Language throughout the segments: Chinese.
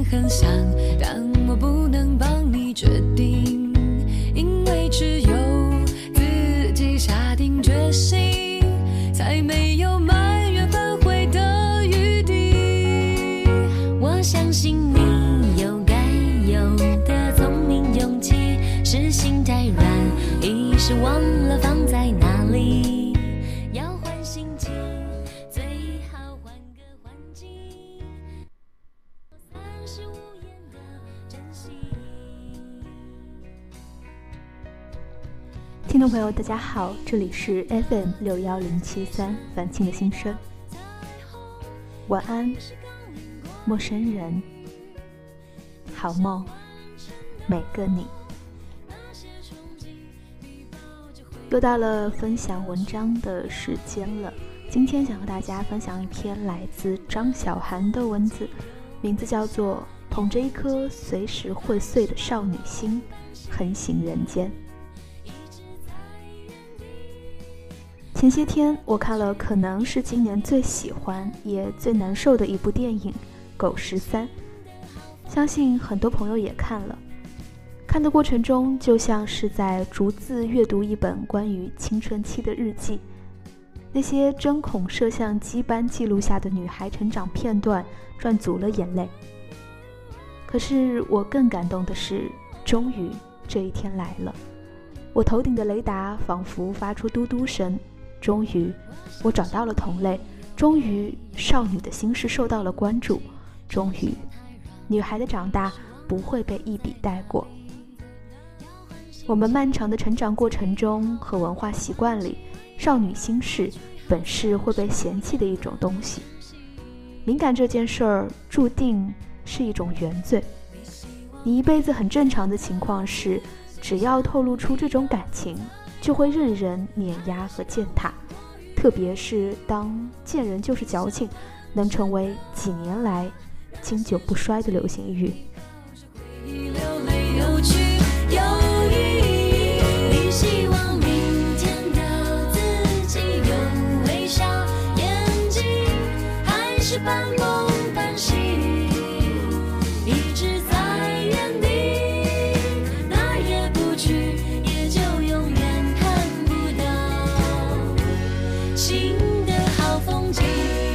很想，但我不能帮你决定，因为只有自己下定决心，才没有埋怨反悔的余地。我相信你有该有的聪明勇气，是心太软，一时忘了放在哪里。要换心情，最好换个环境。三十五言的珍惜。 听众朋友大家好，这里是 FM61073 凡青的心声。晚安，陌生人，好梦，每个你。又到了分享文章的时间了，今天想和大家分享一篇来自张小涵的文字，名字叫做《捧着一颗随时会碎的少女心，横行人间》。前些天我看了可能是今年最喜欢也最难受的一部电影《狗13》，相信很多朋友也看了。看的过程中就像是在逐字阅读一本关于青春期的日记，那些针孔摄像机般记录下的女孩成长片段赚足了眼泪。可是我更感动的是，终于这一天来了，我头顶的雷达仿佛发出嘟嘟声，终于我找到了同类，终于少女的心事受到了关注，终于女孩的长大不会被一笔带过。我们漫长的成长过程中和文化习惯里，少女心事本是会被嫌弃的一种东西。敏感这件事儿注定是一种原罪。你一辈子很正常的情况是，只要透露出这种感情，就会任人碾压和践踏，特别是当见人就是矫情能成为几年来经久不衰的流行语。 希望明天的自己有微笑，眼睛还是半梦半醒，一直在原地，哪儿也不去，也就永远看不到新的好风景。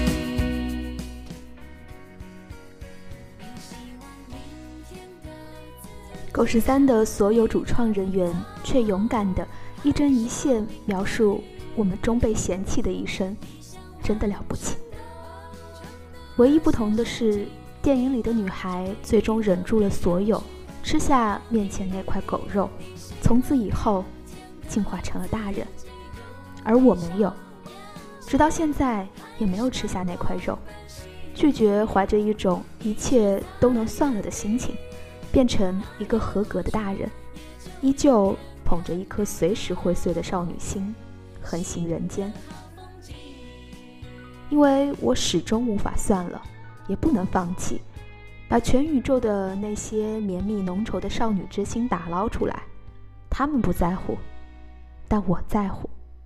狗13的所有主创人员却勇敢地一针一线描述我们终被嫌弃的一生，真的了不起。唯一不同的是，电影里的女孩最终忍住了所有，吃下面前那块狗肉，从此以后进化成了大人，而我没有，直到现在也没有吃下那块肉，拒绝怀着一种一切都能算了的心情，变成一个合格的大人，依旧捧着一颗随时会碎的少女心，横行人间。因为我始终无法算了，也不能放弃，把全宇宙的那些绵密浓稠的少女之心打捞出来。他们不在乎，但我在乎。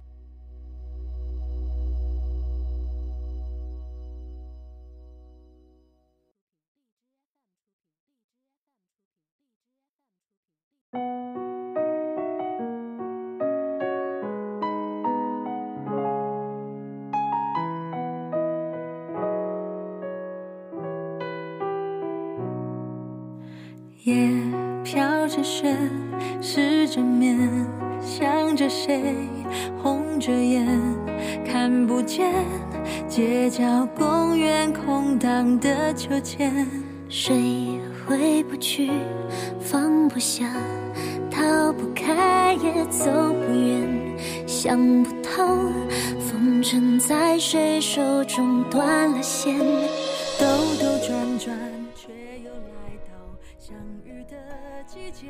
夜飘着雪，湿着面，想着谁，红着眼，看不见街角公园空荡的秋千， 谁回不去，放不下，逃不开也走不远，想不透，风筝在谁手中断了线， 兜兜转转却又来到相遇的季节。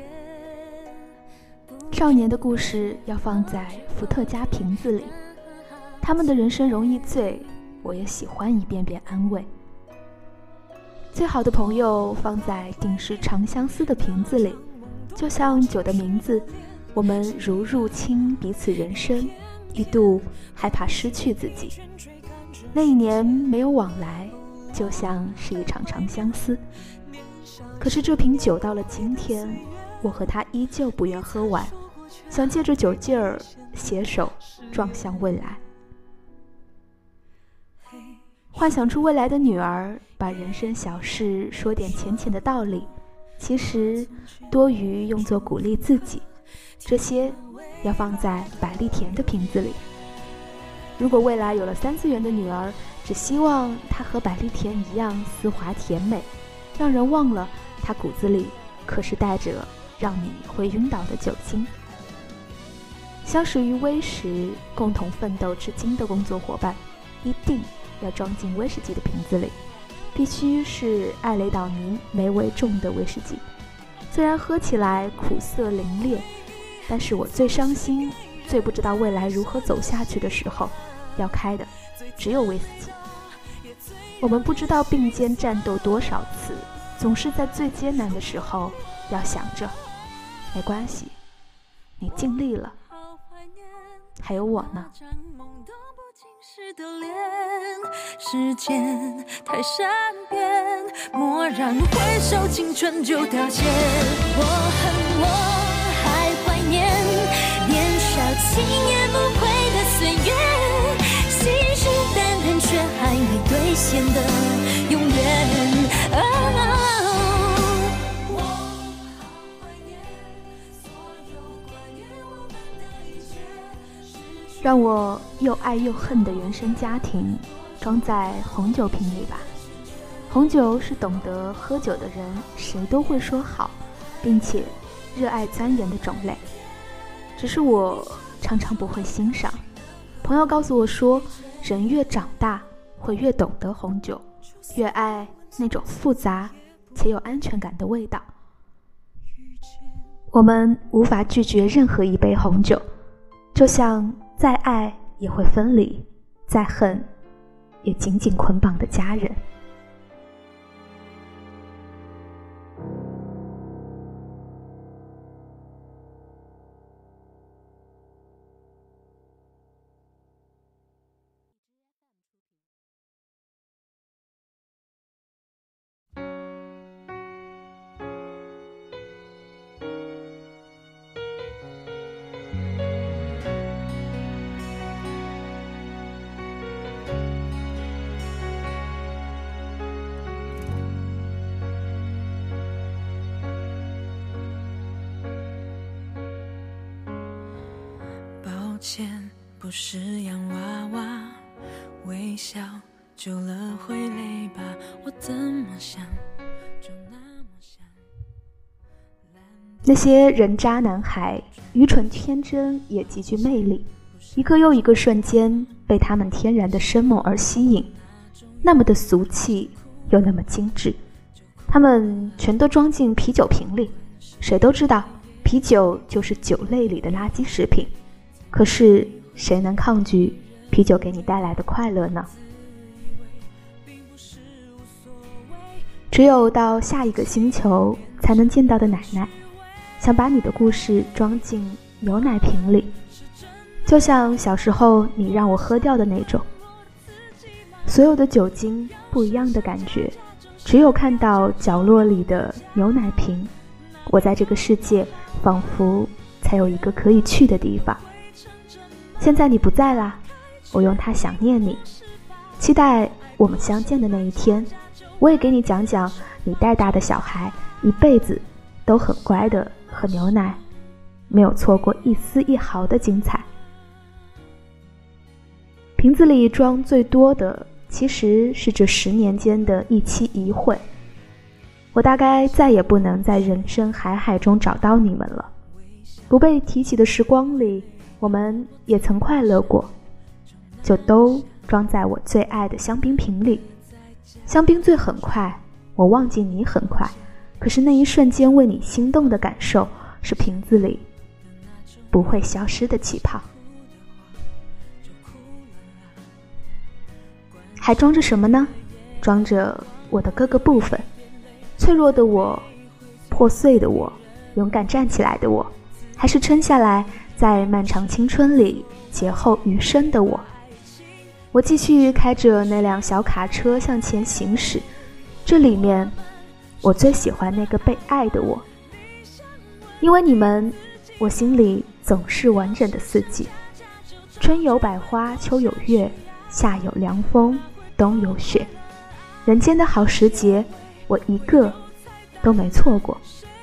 少年的故事要放在伏特加瓶子里，他们的人生容易醉，我也喜欢一遍遍安慰。最好的朋友放在定时长相思的瓶子里，就像酒的名字，我们如入侵彼此人生，一度害怕失去自己。那一年没有往来，就像是一场长相思。 可是这瓶酒到了今天，我和他依旧不愿喝完，想借着酒劲儿携手撞向未来，幻想出未来的女儿，把人生小事说点浅浅的道理，其实多余用作鼓励自己，这些要放在百利甜的瓶子里。如果未来有了3次元的女儿，只希望她和百利甜一样丝滑甜美，让人忘了她骨子里可是带着让你会晕倒的酒精。相识于威时，共同奋斗至今的工作伙伴，一定要装进威士忌的瓶子里，必须是艾雷岛尼梅为重的威士忌。虽然喝起来苦涩凌冽，但是我最伤心、最不知道未来如何走下去的时候，要开的只有威士忌。我们不知道并肩战斗多少次，总是在最艰难的时候要想着，没关系，你尽力了，还有我呢。 时间太善变，蓦然回首，青春就凋谢。我恨我还怀念年少轻言不悔的岁月，信誓旦旦却还没兑现的永远。我好怀念所有关于我们的一切。 让我又爱又恨的原生家庭装在红酒瓶里吧。红酒是懂得喝酒的人谁都会说好，并且热爱钻研的种类，只是我常常不会欣赏。朋友告诉我说，人越长大会越懂得红酒，越爱那种复杂且有安全感的味道。我们无法拒绝任何一杯红酒，就像再爱也会分离，再恨也紧紧捆绑的家人。 抱歉，不是洋娃娃，微笑久了会累吧？我怎么想就那么想。 那些人渣男孩愚蠢天真也极具魅力，一个又一个瞬间被他们天然的生猛而吸引，那么的俗气又那么精致。他们全都装进啤酒瓶里，谁都知道啤酒就是酒类里的垃圾食品，可是谁能抗拒啤酒给你带来的快乐呢？只有到下一个星球才能见到的奶奶，想把你的故事装进牛奶瓶里，就像小时候你让我喝掉的那种。所有的酒精不一样的感觉，只有看到角落里的牛奶瓶，我在这个世界仿佛才有一个可以去的地方。现在你不在啦，我用它想念你，期待我们相见的那一天。我也给你讲讲你带大的小孩一辈子都很乖的喝牛奶，没有错过一丝一毫的精彩。瓶子里装最多的其实是这10年间的一期一会。我大概再也不能在人生海海中找到你们了。不被提起的时光里，我们也曾快乐过，就都装在我最爱的香槟瓶里。香槟醉很快，我忘记你很快，可是那一瞬间为你心动的感受，是瓶子里不会消失的气泡。还装着什么呢？装着我的各个部分，脆弱的我，破碎的我，勇敢站起来的我，还是撑下来在漫长青春里劫后余生的我。我继续开着那辆小卡车向前行驶，这里面我最喜欢那个被爱的我。因为你们，我心里总是完整的四季，春有百花，秋有月，夏有凉风，冬有雪，人间的好时节，我一个都没错过。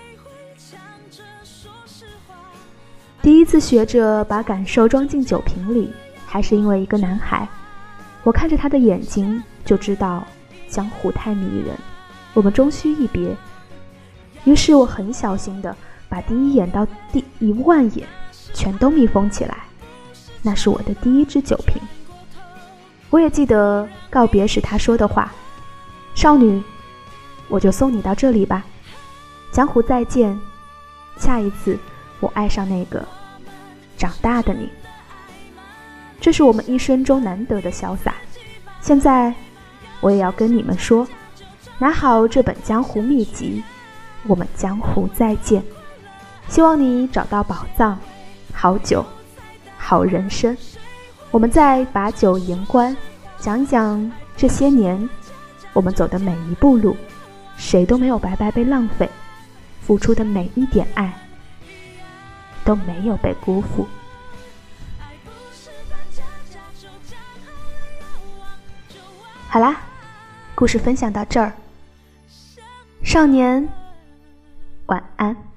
第一次学着把感受装进酒瓶里，还是因为一个男孩。我看着他的眼睛，就知道江湖太迷人，我们终须一别。于是我很小心地把第一眼到第10000眼全都密封起来，那是我的第一支酒瓶。我也记得告别时他说的话：少女，我就送你到这里吧，江湖再见，下一次我爱上那个长大的你。这是我们一生中难得的潇洒。现在我也要跟你们说，拿好这本江湖秘籍，我们江湖再见。希望你找到宝藏，好酒，好人生。我们再把酒言欢，讲一讲这些年我们走的每一步路，谁都没有白白被浪费，付出的每一点爱都没有被辜负。好啦，故事分享到这儿，少年晚安。